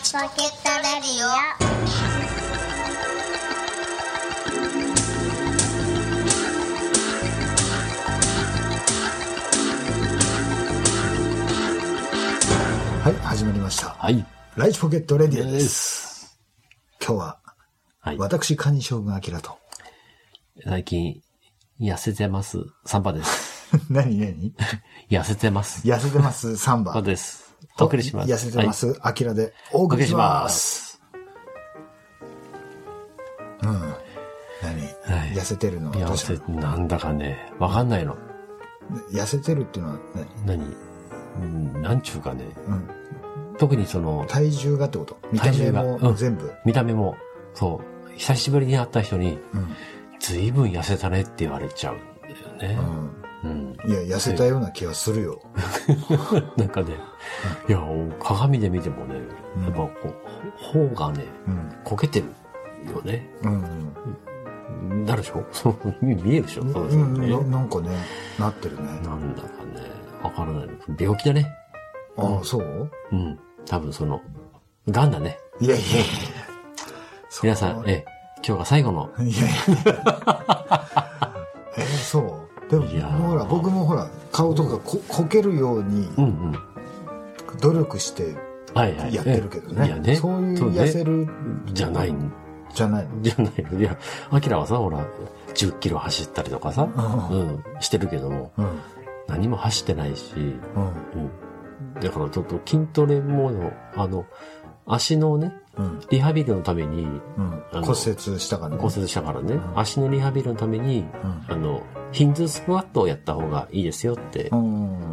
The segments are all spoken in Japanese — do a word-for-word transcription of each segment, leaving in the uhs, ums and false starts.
チポケットレディオ。 はい、始まりました。 はい。 ライチポケットレディオです。今日は、 はい、 私、カニ将軍アキラと。 最近、痩せてます。サンバです。 何何痩せてます。 痩せてます。サンバ。 そうです。お送りします。 痩せてます。アキラでお送りします。うん。何、はい、痩せてるの痩せ、なんだかね、わかんないの。 痩せてるっていうのは何何うん、なんちゅうかね、 うん、 特にその体重がってこと？見た目も全部、うん、 見た目もそう久しぶりに会った人に、うん、ずいぶん痩せたねって言われちゃうんだよね、 うんうん、いや痩せたような気がするよなんかね、うん、いや鏡で見てもね、うん、やっぱこう頬がね、うん、こけてるよね、うんうん、なるでしょそう見えるでしょ、うん、そうですね、 な, なんかねなってるね、 なんだかねわからない。病気だね。 ああ、 うん、 そううん。多分その、癌だね。 いやいやいや。 皆さん、ええ、今日が最後の。 いやいや。えー、そう。でも、ほら、僕もほら、顔とか こ, こけるように、努力してやってるけどね。はいはい、いやね。そういう痩せる、ね、 じゃないじゃないのじゃないのいや、アキラはさ、ほら、じゅっキロ走ったりとかさ、うん、うん、してるけども、うん何も走ってないし、うんうん、だからちょっと筋トレもあの足のね、うん、リハビリのために、うん、 骨折したからね骨折したからね、うん、足のリハビリのために、うん、あのヒンズースクワットをやった方がいいですよって、うん、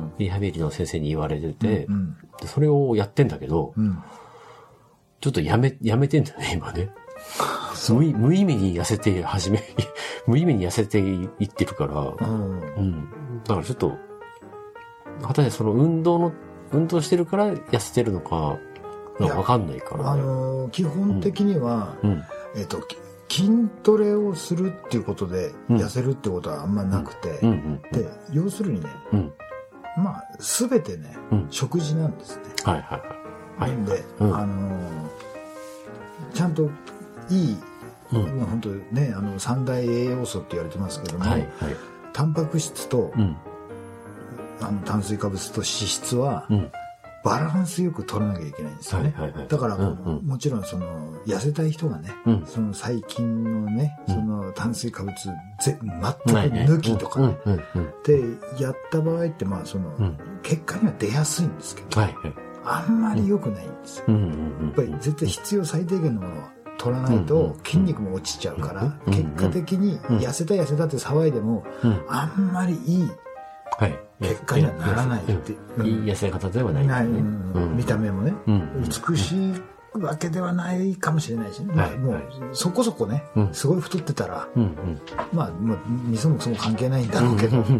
リハビリの先生に言われてて、うんうん、でそれをやってんだけど、うん、ちょっとやめやめてんだよね今ね。無, 無意味に痩せて始め無意味に痩せていってるから、うんうん、だからちょっと果たしてその運動の運動してるから痩せてるのかわかんないから、ね、 あのー、基本的には、うん、えっと筋トレをするっていうことで痩せるってことはあんまなくて、うんうんうん、で要するにね、うん、まあ全てね、うん、食事なんですね。 はいはいはい。 なんで、うん、あのー、ちゃんといい、うん、本当ねあの三大栄養素って言われてますけども、はいはい、タンパク質と、うん、あの炭水化物と脂質は、うん、バランスよく取らなきゃいけないんですよね。はいはいはい、だから、うんうん、もちろんその痩せたい人がね、うん、その最近のね、その炭水化物ぜ全く抜きとかね、でやった場合ってまあその、うん、結果には出やすいんですけど、はいはい、あんまり良くないんですよ。やっぱり絶対必要最低限のものは取らないと筋肉も落ちちゃうから、結果的に痩せた痩せたって騒いでも、あんまりいい結果にはならないって、 いい痩せ方ではないですね。 見た目もね、美しいわけではないかもしれないしね、もうそこそこねすごい太ってたらまあみそもそも関係ないんだろうけど、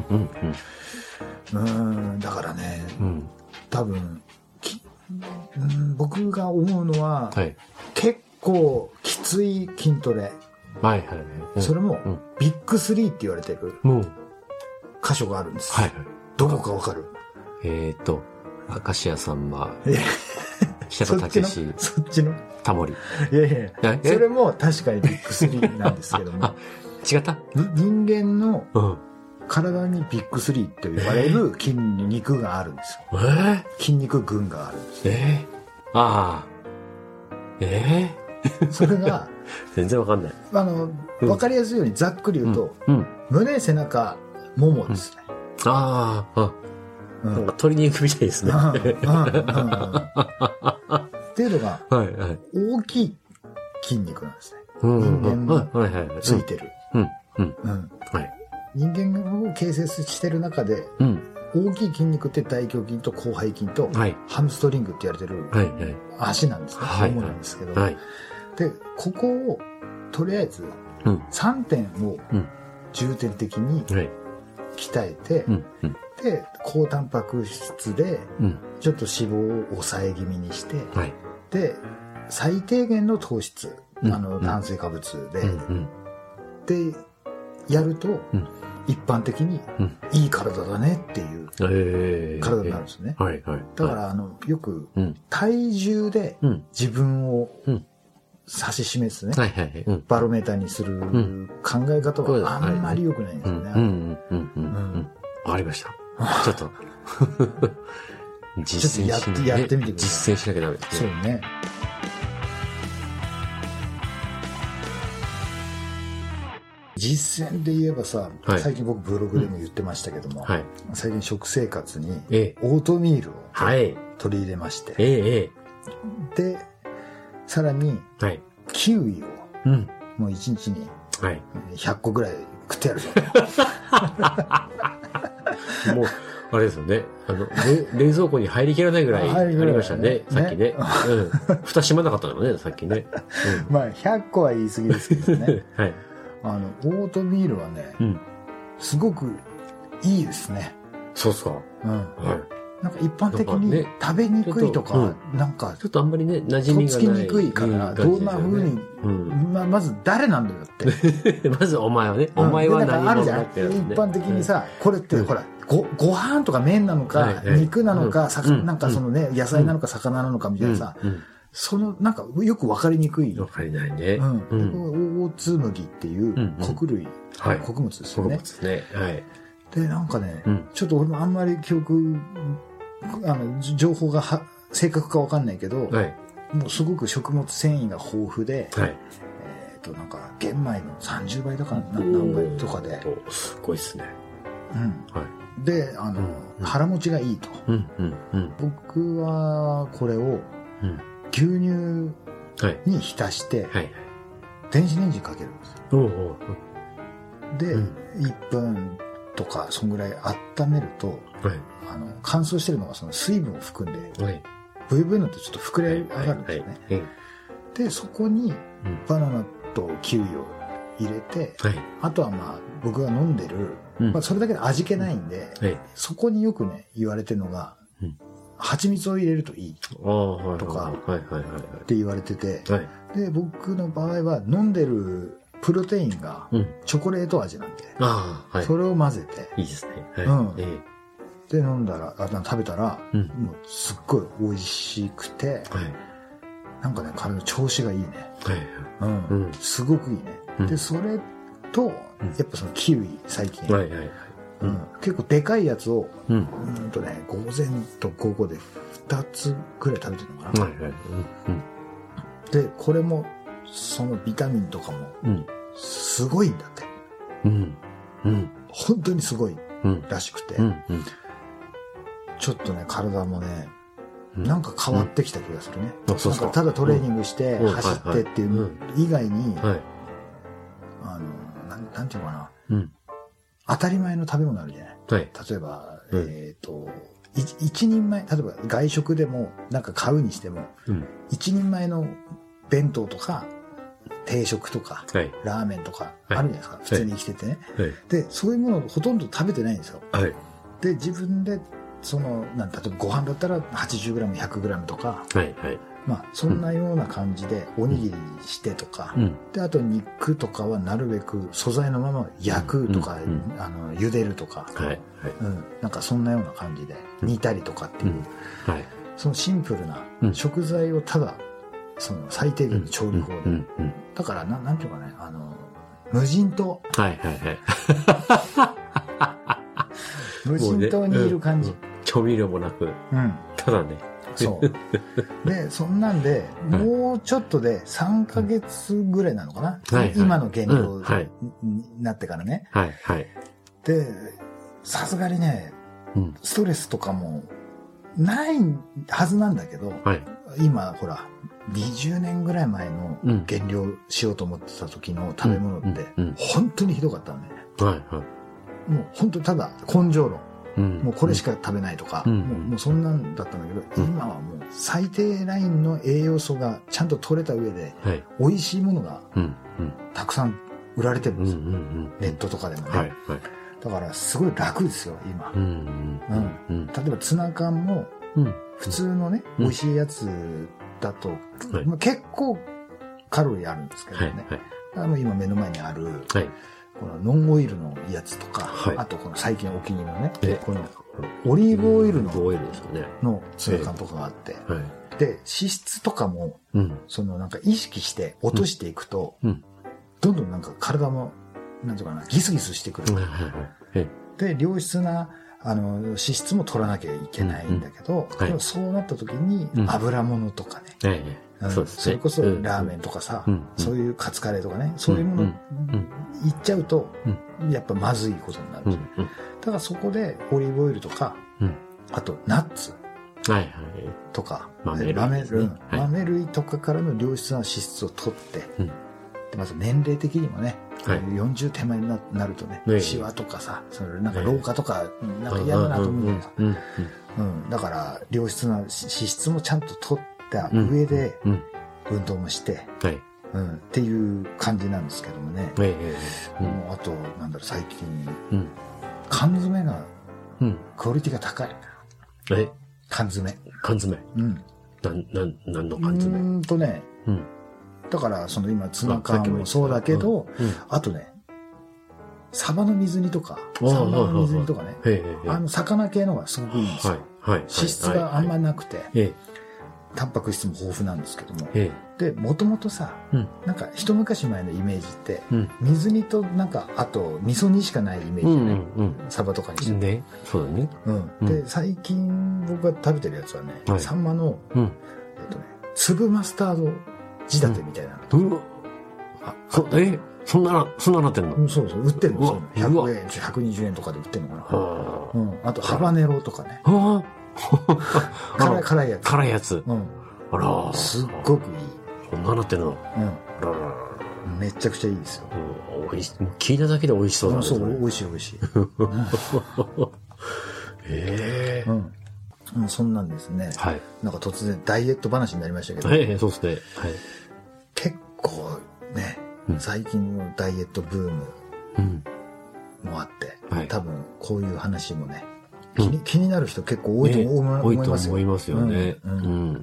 うんだからね多分僕が思うのは結構結構きつい筋トレ、はいはいはいうん、それも、うん、ビッグスリーって言われてる箇所があるんです、はいはい、どこかわかる？ えっ、ー、と明石家さんま設楽武史そっちのタモリいやいやそれも確かにビッグスリーなんですけども違った人間の体にビッグスリーと言われる筋肉があるんですよ、えー、筋肉群があるんですよ、 えー、ああええーそれが全然わかんない。 あの、うん、分かりやすいようにざっくり言うと、うんうん、胸、背中、ももですね。 うん、ああ、うん、なんか鶏肉みたいですね。っていうのが、はいはい、大きい筋肉なんですね。うん、人間のついてる。人間を形成してる中で、うん、大きい筋肉って大胸筋と広背筋と、はい、ハムストリングって言われてる足なんですね。はいはい、ももなんですけど。はいでここをとりあえずさんてんを重点的に鍛えて、うんうん、で高タンパク質でちょっと脂肪を抑え気味にして、うん、で最低限の糖質、うん、あの炭水化物で、うん、でやると、うん、 一般的にいい体だねっていう体になるんですね。 はいはい。 だからあのよく体重で自分を指し示すね、はいはいはい、バロメーターにする考え方はあんまり良くないんですよね。 わかりました。ちょっと実践しなきゃ、 やってみてください。 実践しなきゃダメですね。そうね。実践で言えばさ、はい、最近僕ブログでも言ってましたけども、はい、最近食生活にオートミールを取り入れまして、ええ、でさらにキウイをもういちにちにひゃっこぐらい食ってやるぞもうあれですよね、あの冷蔵庫に入りきらないぐらいありましたね、さっきね、うん、蓋閉まんなかったのねさっきね、 うん、まあひゃっこは言い過ぎですけどねはい、あのオートミールはね、うん、すごくいいですね。 そうっすか。うん。はい。 なんか一般的に食べにくいとか、なんかちょっとあんまりね馴染みがない。とっつきにくいから、どんな風に、ままず誰なんだよって。 まずお前はね、お前は何者だって一般的にさ、これってほらごご飯とか麺なのか肉なのか、なんかそのね野菜なのか魚なのかみたいなさ。その、なんか、よく分かりにくい。 分かりないね。 うん。うん、オーツ麦っていう穀類、はい、穀物ですよね。穀物ね。はい。で、なんかね、うん、ちょっと俺もあんまり記憶、あの、情報がは正確か分かんないけど、はい、もうすごく食物繊維が豊富で、はい、えっと、なんか、玄米のさんじゅうばいとか何倍とかで。 すごいっすね。 うん。はい。で、あの、うん、腹持ちがいいと。うんうんうん、僕は、これを、うん牛乳に浸して、電子レンジにかけるんですよ。で、うん、いっぷんとか、そんぐらい温めると、はい、あの乾燥してるのがその水分を含んで、はい、ブイブイのってちょっと膨れ上がるんですよね。はいはいはい、で、そこにバナナとキウイを入れて、はい、あとはまあ、僕が飲んでる、うんまあ、それだけで味気ないんで、はい、そこによくね、言われてるのが、うん蜂蜜を入れるといいとかって言われてて、で僕の場合は飲んでるプロテインがチョコレート味なんで、うん、それを混ぜていいですね、はいうんえー、で飲んだらあ食べたら、うん、もうすっごい美味しくて、はい、なんかね体の調子がいいね、はいうんうん、すごくいいね、うん、でそれとやっぱそのキウイ最近、はいはいはいうん、結構でかいやつを、うん、うんとね、午前と午後でふたつくらい食べてるのかな。はいはいうんうん、で、これも、そのビタミンとかも、すごいんだって。うんうん、本当にすごいらしくて、うんうんうん、ちょっとね、体もね、なんか変わってきた気がするね。うん、なんかただトレーニングして、走ってっていうの以外に、はいはい、あの、なん、なんていうのかな。うん当たり前の食べ物あるじゃない。はい、例えば、うん、えっ、ー、と、一人前、例えば外食でもなんか買うにしても、うん、一人前の弁当とか、定食とか、はい、ラーメンとかあるじゃないですか。はい、普通に生きててね、はい。で、そういうものをほとんど食べてないんですよ。はい、で、自分で、その、なん例えばご飯だったら はちじゅうグラム、ひゃくグラム とか、はいはいまあ、そんなような感じでおにぎりしてとか、うん、であと肉とかはなるべく素材のまま焼くとか、うん、あの茹でるとか、はいはいうん、なんかそんなような感じで煮たりとかっていう、うんはい、そのシンプルな食材をただその最低限の調理法で、うんうんうん、だからななんていうかねあの無人島、はいはいはい、無人島にいる感じ、ねうん、 調味料もなく、うん、ただねそうでそんなんで、はい、もうちょっとでさんかげつぐらいなのかな、はいはい、今の減量になってからね、はいはい、でさすがにね、うん、ストレスとかもないはずなんだけど、はい、今ほらにじゅうねんぐらい前の減量しようと思ってた時の食べ物って本当にひどかったんで、はいはい、もう本当にただ根性論うん、もうこれしか食べないとか、うん、もう、もうそんなんだったんだけど、うん、今はもう最低ラインの栄養素がちゃんと取れた上で、はい、美味しいものがたくさん売られてるんですよ、うんうんうん、ネットとかでもね、はいはい、だからすごい楽ですよ今、うんうんうん、例えばツナ缶も普通のね、うん、美味しいやつだと、はい、結構カロリーあるんですけどね、はいはい、あの今目の前にある、はいこのノンオイルのやつとか、はい、あとこの最近お気に入りのね、このオリーブオイルののツナ缶とかがあって、はい、で脂質とかも、うん、そのなんか意識して落としていくと、うん、どんどんなんか体もなんていうかなギスギスしてくる、はい、で良質なあの脂質も取らなきゃいけないんだけど、うんはい、そうなった時に油物とかね、はいうん、そうですね、それこそラーメンとかさ、うん、そういうカツカレーとかね、そういうものいっちゃうと、やっぱまずいことになる、うんうん、だからそこでオリーブオイルとか、うん、あとナッツとか、はいはい、豆類、ね、豆, 豆類とかからの良質な脂質を取って、うん、でまず年齢的にもね、はい、よんじゅう手前に な, なるとね、はい、シワとかさ、それなんか老化とか、なんか嫌だなと思うんだけど、うん、だから良質な脂質もちゃんと取って上で運動もして、うんはいうん、っていう感じなんですけどもね、はいうん、もうあとなんだろう最近、うん、缶詰が、うん、クオリティが高い。え缶詰缶詰うんなんなんなんの缶詰うんとね、うん、だからその今ツナ缶もそうだけど、うんうん、あとねサバの水煮とかサンマの水煮とかね、あの魚系のがすごくいいんですよ、はいはい、脂質があんまなくて、はいはいタンパク質も豊富なんですけども、ええ、でもともとさ、うん、なんか一昔前のイメージって、うん、水煮となんかあと味噌煮しかないイメージね、うんうんうん、サバとかにしてね、そうだね、 うん、で最近僕が食べてるやつはね、はい、サンマの、うんえっとね、粒マスタード仕立てみたいなの、うんうん、 あそえそんなそんななってんの、 うん、そうそう売ってるのひゃくえんひゃくにじゅうえんとかで売ってるのかな、うん、あとハバネロとかね辛, 辛いやつ辛いやつ、うん、あらすっごくいいこんななってるの、うん、あらららめちゃくちゃいいですよ、 うん、おいし聞いただけで美味しそうだね、 そう美味しい美味しいへえ、うんうん、そんなんですね、はい、なんか突然ダイエット話になりましたけど、 はい、そうですね、はい、 結構ね、うん、最近のダイエットブームもあって、うんはい、多分こういう話もね気 に, 気になる人結構多いと思いますよ、ね、 多いと思いますよね。うんうんうん、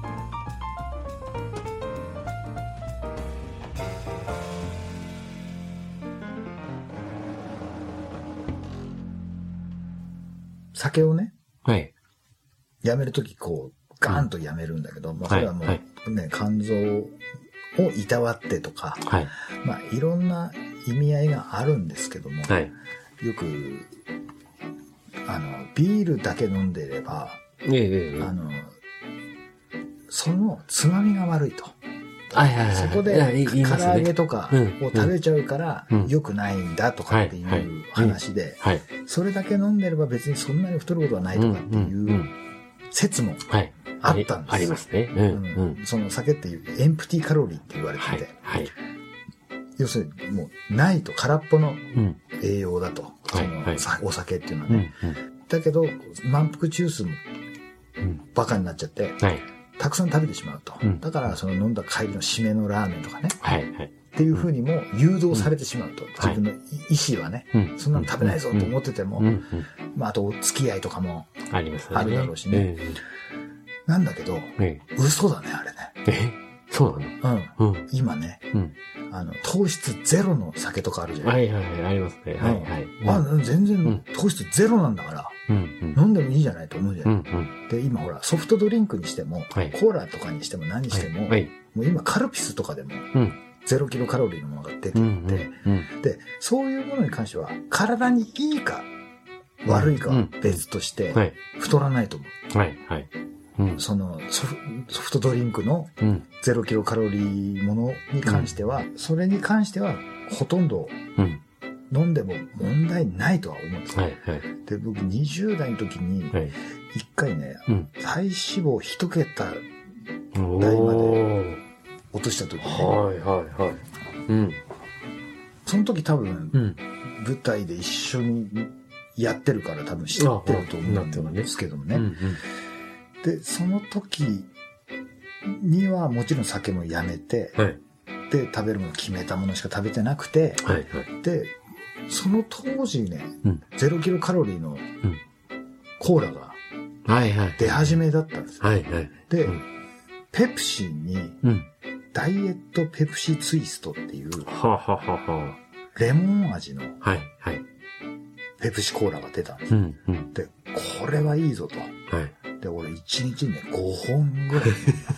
酒をね、 はい、 やめるときこうガーンとやめるんだけど、うん、まあ、それはもう、はいね、はい、肝臓をいたわってとか、はい、まあいろんな意味合いがあるんですけども、はい、よくあのビールだけ飲んでいれば、ええ、あのそのつまみが悪いと、はいはいはい、そこで唐揚げとかを食べちゃうから良くないんだとかっていう話で、それだけ飲んでれば別にそんなに太ることはないとかっていう説もあったんです。 ありますね。うんうん、その酒っていうエンプティカロリーって言われてて、はいはい、要するにもうないと空っぽの栄養だと、うんそのはいはい、お酒っていうのはね、うんうん、だけど満腹中枢もバカになっちゃって、はい、たくさん食べてしまうと、うん、だからその飲んだ帰りの締めのラーメンとかね、はいはい、っていうふうにも誘導されてしまうと、うん、自分の意思はね、はい、そんなの食べないぞと思ってても、うんうんまあ、あとお付き合いとかもあるだろうしね、ねうん、なんだけど、うん、嘘だねあれね。えそうなの、 うんうん、今ね、うん、あの糖質ゼロの酒とかあるじゃない。 はいはいはいありますね。はいはい。 あ全然糖質ゼロなんだから、うんうん、飲んでもいいじゃないと思うじゃない。うんうん、で今ほらソフトドリンクにしても、はい、コーラとかにしても何しても、はいはい、もう今カルピスとかでも、うん、ゼロキロカロリーのものが出てきて、うんうんうん、でそういうものに関しては体にいいか悪いかは別として、うんはい、太らないと思う。はいはいうん、そのソフ、ソフトドリンクのゼロキロカロリーものに関しては、うん、それに関してはほとんど飲んでも問題ないとは思うんですよ、はいはい、で僕にじゅう代の時に一回ね、はい、体脂肪一桁台まで落とした時に、はいはいはいうん、その時多分、うん、舞台で一緒にやってるから多分知ってると思うんですけどもね、うんうんで、その時にはもちろん酒もやめて、はい、で、食べるもの決めたものしか食べてなくて、はいはい、で、その当時ね、うん、ゼロキロカロリーのコーラが出始めだったんですよ。はいはい、で、うん、ペプシに、ダイエットペプシツイストっていう、ははははレモン味の、 はいはい。 ペプシコーラが出たんですよ。うんうん、で、これはいいぞと。はい。で、俺いちにちにね、ごほんぐらい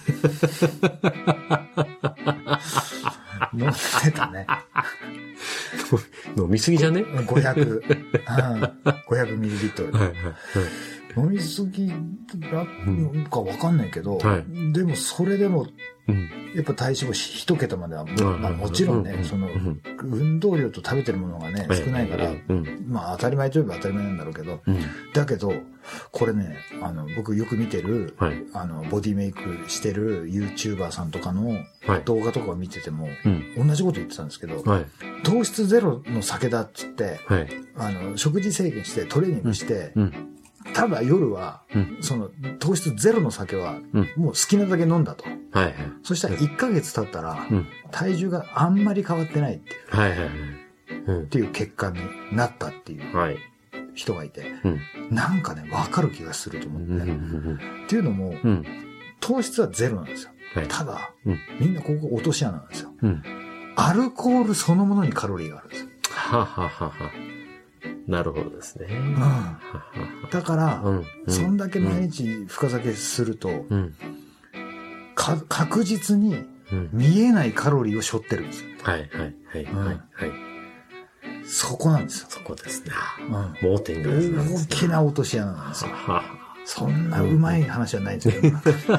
飲んでたね。 飲みすぎじゃね ? ごひゃく、うん、ごひゃくミリリットル。はいはいはい、飲みすぎだかわかんないけど、はい、でもそれでも、うん、やっぱ体脂肪一桁までは、まあ、もちろんね、うん、その、うん、運動量と食べてるものがね、少ないから、うん、まあ当たり前といえば当たり前なんだろうけど、うん、だけど、これね、あの、僕よく見てる、はい、あの、ボディメイクしてる YouTuber さんとかの動画とかを見てても、はい、同じこと言ってたんですけど、はい、糖質ゼロの酒だっつって、はい、あの、食事制限してトレーニングして、うんうんただ夜は、うん、その糖質ゼロの酒は、もう好きなだけ飲んだと。うんはいはい、そしたらいっかげつ経ったら、うん、体重があんまり変わってないっていう、はいはいはいうん、っていう結果になったっていう人がいて、はい、なんかね、わかる気がすると思って、ねうん、っていうのも、うん、糖質はゼロなんですよ。はい、ただ、うん、みんなここが落とし穴なんですよ、うん。アルコールそのものにカロリーがあるんですよ。ははははなるほどですね。うん、 だから、うんうん、そんだけ毎日深酒すると、うん、か確実に見えないカロリーを背負ってるんですよ。はいはいはいはい、はい。そこなんですよ。 そこですね。うん、盲点がですね。 大きな落とし穴なんですよ。そんなうまい話はないんですけど。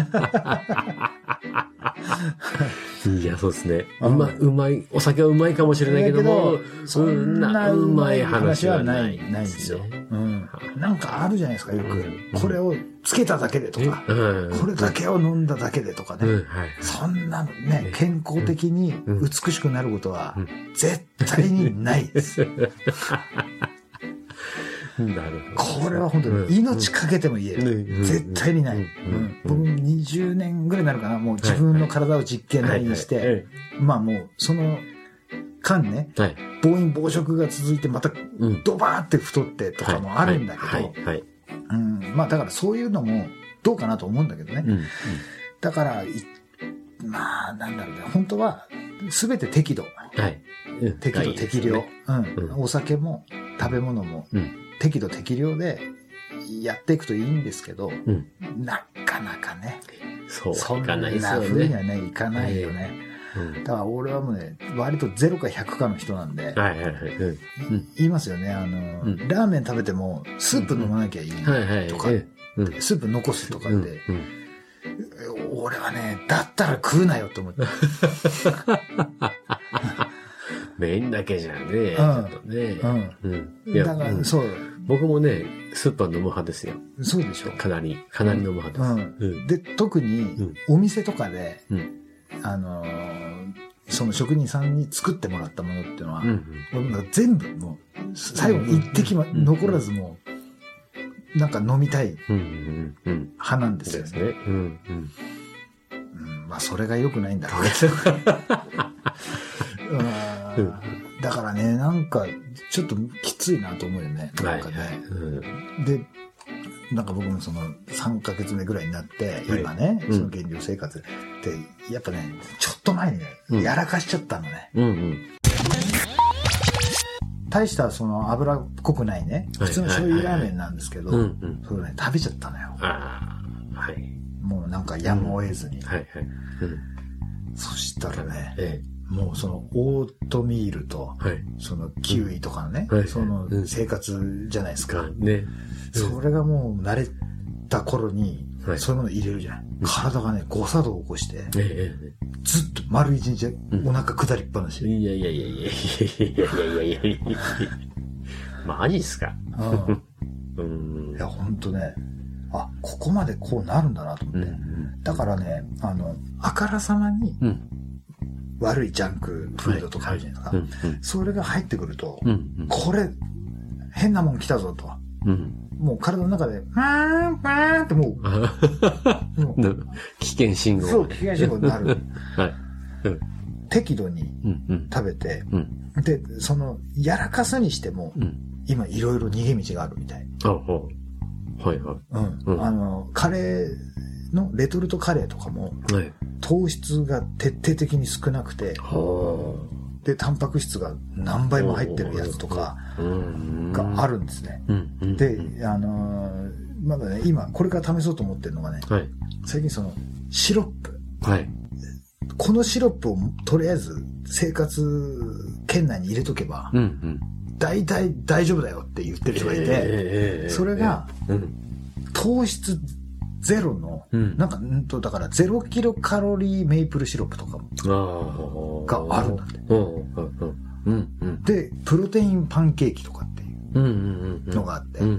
いや、そうですね。うまい、うまい、お酒はうまいかもしれないけども、 そんなうまい話はない、ないんですよ。うん。なんかあるじゃないですか、よく。これをつけただけでとか、これだけを飲んだだけでとかね。そんなのね、健康的に美しくなることは絶対にないです。なるほど。これは本当に命かけても言える。うん、絶対にない。うん、僕にじゅうねんぐらいになるかな。もう自分の体を実験台にして、まあもうその間ね、はい、暴飲暴食が続いてまたドバーって太ってとかもあるんだけど、うん、まあだからそういうのもどうかなと思うんだけどね。うんうん、だから、まあなんだろうね、本当は全て適度。はい、適度適量、ねうんうん。お酒も食べ物も、うん適度適量でやっていくといいんですけど、うん、なかなかね、 そうそんな風にはね、いかないよね。うん、だから俺はもうね、割とゼロかひゃくかの人なんで、はいはいはいうん、言いますよね、あの、うん、ラーメン食べてもスープ飲まなきゃいいとか、スープ残すとかって、うんうん、俺はね、だったら食うなよと思って。 麺だけじゃねえ、ちょっとね。うん。うん。いや、だから、そう。僕もね、スーパー飲む派ですよ。 そうでしょ。 かなり、かなり飲む派です。うん。 で、特に、お店とかで、あの、その職人さんに作ってもらったものっていうのは、全部もう、最後に一滴も残らずもう、なんか飲みたい派なんですよね。ですね。うん。まあ、それが良くないんだろうけど。だからね、なんか、ちょっときついなと思うよね。なんかね。はいはいうん、で、なんか僕もそのさんかげつめぐらいになって、はい、今ね、その減量生活って、やっぱね、ちょっと前にね、うん、やらかしちゃったのね。うんうん、大したその脂っこくないね、普通の醤油ラーメンなんですけど、それね、食べちゃったのよ。あはい、もうなんかやむを得ずに。うんはいはいうん、そしたらね、ええもうそのオートミールと、はい、そのキウイとかのね、うん、その生活じゃないですか。うん、ね、それがもう慣れた頃に、はい、そういうもの入れるじゃない。うん、体がね、誤作動を起こして、ええ、ずっと丸一日お腹下りっぱなし。 うん、いやいやいやいやいやいやいやいやいやマジっすか。 うん。いや、ほんとね、あ、ここまでこうなるんだなと思って。うんうん、だからね、あの、あからさまに、うん悪いジャンクフードとかあるじゃないですか。はいはいうんうん、それが入ってくると、うんうん、これ、変なもん来たぞと。うん、もう体の中で、パーン、パーンってもう、もう危険信号。 そう、危険信号になる。はいうん、適度に食べて、うんうん、で、その、やらかすにしても、うん、今いろいろ逃げ道があるみたい。あはいはい。うん。うん、あの、カレーの、レトルトカレーとかも、はい、糖質が徹底的に少なくて、 でタンパク質が何倍も入ってるやつとかがあるんですね。で、あのー、まだね今これから試そうと思ってるのがね、はい、最近そのシロップ、はい、このシロップをとりあえず生活圏内に入れとけば、うんうん、大体大丈夫だよって言ってる人がいて、えー、それが、えーうん、糖質ゼロの、うん、なんかんとだからゼロキロカロリーメイプルシロップとかもがあるんだって、うんうんうん、でプロテインパンケーキとかっていうのがあって、うんうん、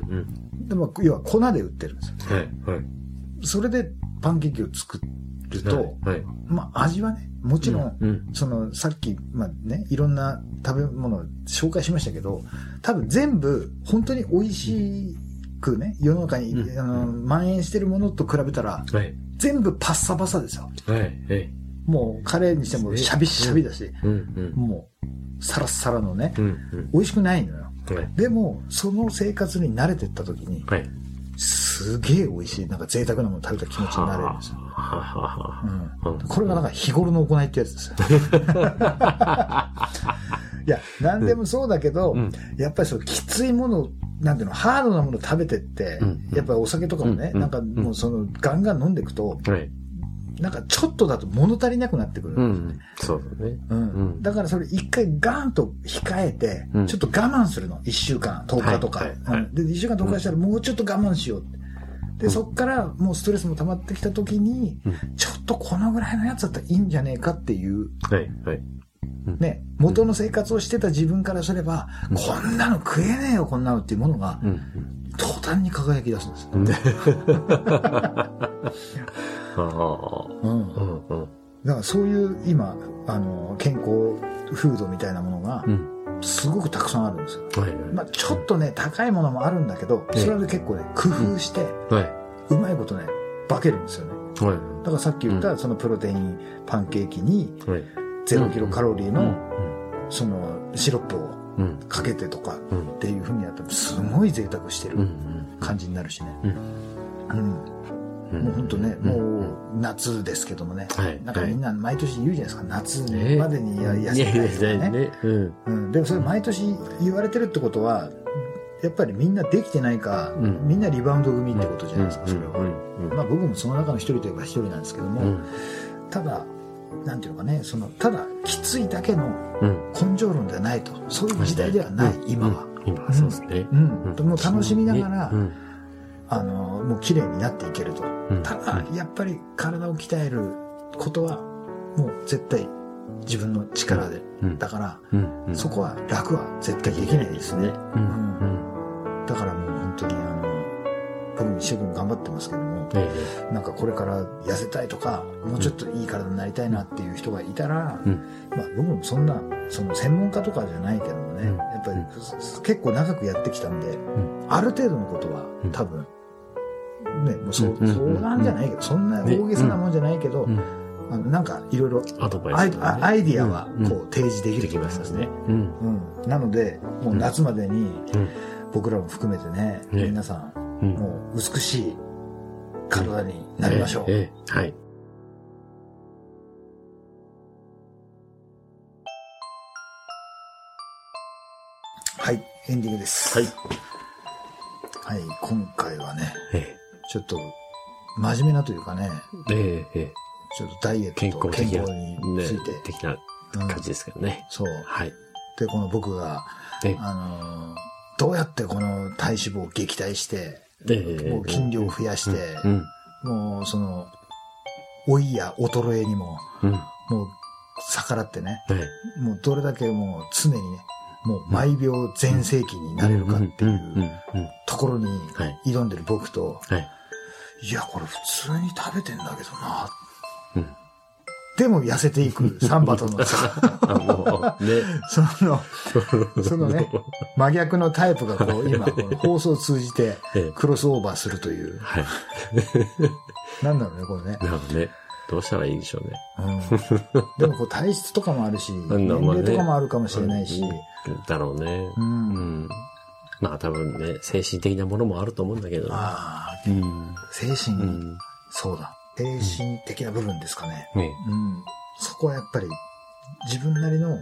でも要は粉で売ってるんですよ、はいはい、それでパンケーキを作ると、はいはい、まあ味はねもちろん、うんうん、そのさっきまあねいろんな食べ物を紹介しましたけど多分全部本当に美味しいくね、世の中に、うん、あの蔓延してるものと比べたら、はい、全部パッサパサですよ、はいはい、もうカレーにしてもシャビシャビだし、うんうん、もうサラッサラのね、うんうん、美味しくないのよ、はい、でもその生活に慣れてった時に、はい、すげえ美味しいなんか贅沢なもの食べた気持ちになれるんですよ、うん、これがなんか日頃の行いってやつですよいや何でもそうだけど、うん、やっぱりそのきついものなんていうのハードなもの食べてって、うん、やっぱりお酒とかもね、うん、なんかもうそのガンガン飲んでいくと、うん、なんかちょっとだと物足りなくなってくるんですね、うん、そうだね、うんうん、だからそれ一回ガーンと控えて、うん、ちょっと我慢するのいっしゅうかんとおかとか、はいはいはい、でいっしゅうかんとおかしたらもうちょっと我慢しようってで、うん、そっからもうストレスも溜まってきた時に、うん、ちょっとこのぐらいのやつだったらいいんじゃねえかっていう、はいはいね、元の生活をしてた自分からすれば、うん、こんなの食えねえよこんなのっていうものが、うん、途端に輝き出すんですよ、ねうんうん、だからそういう今あの健康フードみたいなものがすごくたくさんあるんですよ、はいはいまあ、ちょっとね高いものもあるんだけどそれで結構ね工夫して、うんはい、うまいことね化けるんですよね、はい、だからさっき言ったそのプロテインパンケーキに、はいゼロキロカロリーのそのシロップをかけてとかっていう風にやったらすごい贅沢してる感じになるしね、うんうん、もう本当ねもう夏ですけどもね、なんかみんな毎年言うじゃないですか夏までに痩せたいとかね、うん、でもそれ毎年言われてるってことはやっぱりみんなできてないか、みんなリバウンド組ってことじゃないですかそれは、まあ僕もその中の一人といえば一人なんですけども、ただなんていうのかね、そのただきついだけの根性論ではないと、うん、そういう時代ではない、うん、今は、うん、今はそうですね、うんうん、もう楽しみながら、うん、あのもう綺麗になっていけると、うん、ただやっぱり体を鍛えることはもう絶対自分の力で、うん、だから、うんうん、そこは楽は絶対できないですね、うんうん、だからもう本当にあの僕も一生懸命頑張ってますけども、ええ、なんかこれから痩せたいとかもうちょっといい体になりたいなっていう人がいたら、うん、まあ僕もそんなその専門家とかじゃないけどもね、うん、やっぱり結構長くやってきたんで、うん、ある程度のことは多分、ねもうそう、うん、そうなんじゃないけど、そんな大げさなもんじゃないけど、うんあのなんかいろいろアイディアはこう提示できると思いますね、うんうん、なのでもう夏までに僕らも含めてね、うん、皆さんもう美しい体になりましょう、えええはい、はいエンディングですはい、はい、今回はね、ええ、ちょっと真面目なというかね、ええええ、ちょっとダイエットと健康について、ね、 的な感じですけどね、 うん、そうはいでこの僕があのどうやってこの体脂肪を撃退してえー、もう筋量を増やして、うんうん、もうその老いや衰えにも、うん、もう逆らってね、うん、もうどれだけもう常にねもう毎秒全盛期になれるかっていうところに挑んでる僕と、はい、いやこれ普通に食べてんだけどな、うん、でも痩せていくサンバとのさね、そのそのね真逆のタイプがこう今この放送を通じてクロスオーバーするという、はい、なんだろうねこれねなるほどねどうしたらいいでしょうね、 うん、でもこう体質とかもあるし年齢とかもあるかもしれないし、 うん、だろうね、うんうん、まあ多分ね精神的なものもあると思うんだけど、あ、 うん、精神、うん、そうだ精神的な部分ですかね、うんうん、そこはやっぱり自分なりの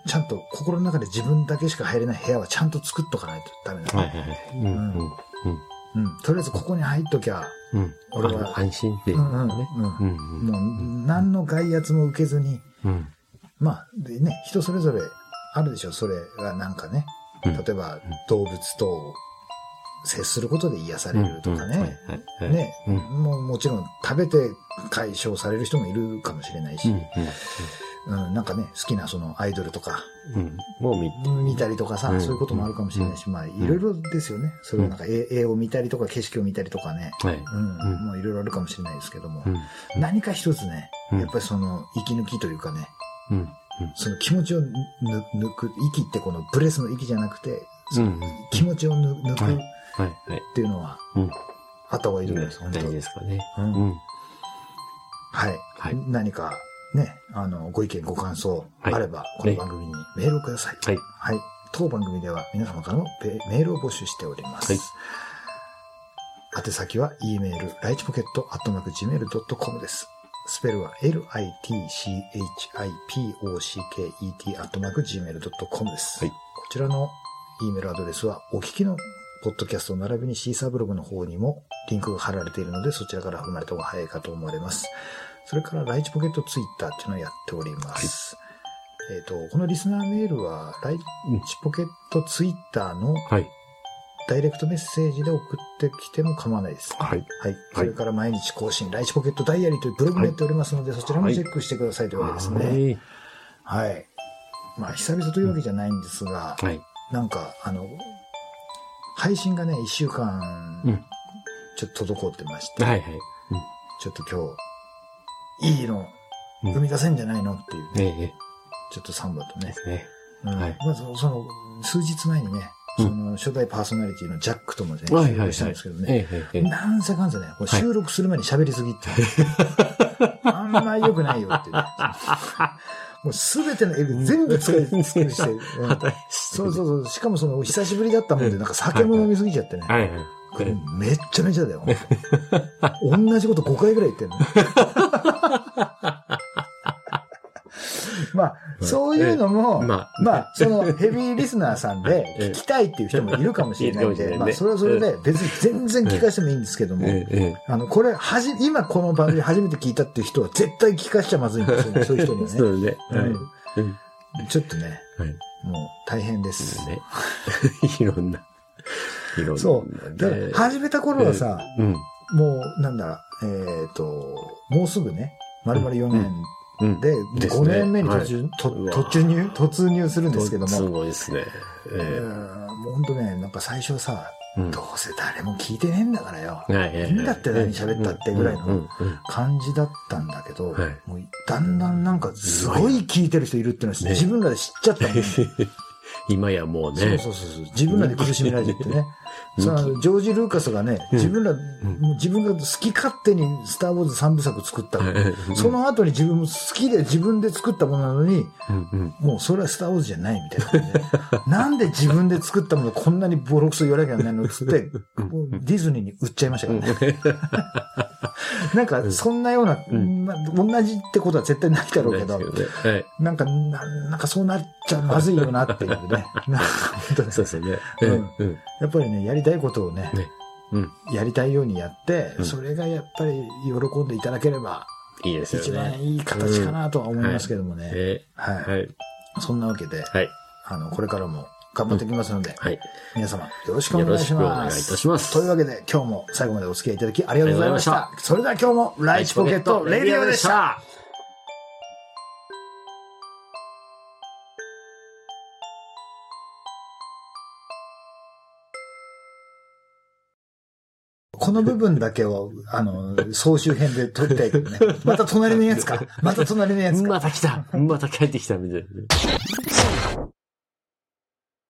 ちゃんと心の中で自分だけしか入れない部屋はちゃんと作っとかないとダメだね。はいはいはい。うん。うん。うん。とりあえずここに入っときゃ、うん、俺は。安心っていうね。うん。もう、何の外圧も受けずに、うん、まあ、でね、人それぞれあるでしょ、それがなんかね。例えば、動物と接することで癒されるとかね。ね、もうもちろん食べて解消される人もいるかもしれないし、うん、なんかね、好きなそのアイドルとか、うん、もう 見, 見たりとかさ、うん、そういうこともあるかもしれないし、うん、まあいろいろですよね。それはなんか絵、絵を見たりとか景色を見たりとかね、はい、うん、もういろいろあるかもしれないですけども、うん、何か一つね、やっぱりその息抜きというかね、うんうん、その気持ちを抜く、息ってこのブレスの息じゃなくて、その気持ちを抜くっていうのは、あった方がいいと思います、本当に。大事ですかね。うんうん、はい、はい。何か、ね、あの、ご意見、ご感想あれば、はい、この番組にメールをください。はい。はい。当番組では皆様からのメールを募集しております。はい。宛先は E メール、ライチポケットアットマークジーメールドットコム です。スペルは エルアイティーシーエイチアイピーオーシーケーイーティー アットマークジーメールドットコム です。はい。こちらの E メールアドレスは、お聞きのポッドキャスト並びにシーサーブログの方にもリンクが貼られているので、そちらから踏まれた方が早いかと思われます。それから、ライチポケットツイッターっていうのをやっております。はい、えっと、このリスナーメールは、ライチポケットツイッターのダイレクトメッセージで送ってきても構わないです。はい。はい。それから毎日更新、ライチポケットダイアリーというブログもやっておりますので、はい、そちらもチェックしてくださいというわけですね。はい。はい。まあ、久々というわけじゃないんですが、はい、なんか、あの、配信がね、一週間、ちょっと滞ってまして、はいはい。うん、ちょっと今日、いいの、生み出せんじゃないのっていうね。ええ、ちょっとサンバとね。ですね。うん、はい。まず、その、数日前にね、その、初代パーソナリティのジャックともね、収録したんですけどね。なんせかんせね、収録する前に喋りすぎって。あんまり良くないよってね。もうすべてのエグ全部使い尽くして。そうそうそう。しかもその、久しぶりだったもんで、なんか酒も飲みすぎちゃってね。はいはい。これめっちゃめちゃだよ。同じことごかいぐらい言ってんの。まあ、そういうのも、まあ、まあ、そのヘビーリスナーさんで聞きたいっていう人もいるかもしれないんで、まあ、それはそれで別に全然聞かせてもいいんですけども、あの、これ、はじ、今この番組初めて聞いたっていう人は絶対聞かしちゃまずいんですよね、そういう人にはね。そうね。ちょっとね、もう大変です。ね。いろんな。そう。で、始めた頃はさ、うん、もう、なんだ、えっと、もうすぐね、丸々よねんで、うんうん、ごねんめに突入、はい、と突入、突入するんですけども。すごいですね。えー、もうほんとね、なんか最初さ、うん、どうせ誰も聞いてねえんだからよ。いいんだって何喋ったってぐらいの感じだったんだけど、はい、もうだんだんなんかすごい聞いてる人いるっていうのは自分らで知っちゃったもんね。今やもうね。そうそうそう。自分らで苦しめられてってね。そのジョージ・ルーカスがね、自分ら、うん、自分が好き勝手にスター・ウォーズさんぶさく作った。うん、その後に自分も好きで自分で作ったものなのに、うんうん、もうそれはスター・ウォーズじゃないみたいな感じで。なんで自分で作ったものこんなにボロクソ言わなきゃいけないのっつって、ディズニーに売っちゃいましたからね。なんか、そんなような、うんまあ、同じってことは絶対ないだろうけど、ねはい、なんかな、なんかそうなっちゃまずいよなっていうね。なんか本当ね。そうですね、うんうん。やっぱりね、やりたいことをね、ねうん、やりたいようにやって、うん、それがやっぱり喜んでいただければ、いいですよね。一番いい形かなとは思いますけどもね。うんはいはい、はい。そんなわけで、はい、あの、これからも、頑張っていきますので、うんはい、皆様よろしくお願いします。よろしくお願いいたします。というわけで今日も最後までお付き合いいただきありがとうございました。それでは今日もライチポケットレディオでした。この部分だけを、あの、総集編で撮りたいけどね。また隣のやつか。また隣のやつか。また来た。また帰ってきたみたいな。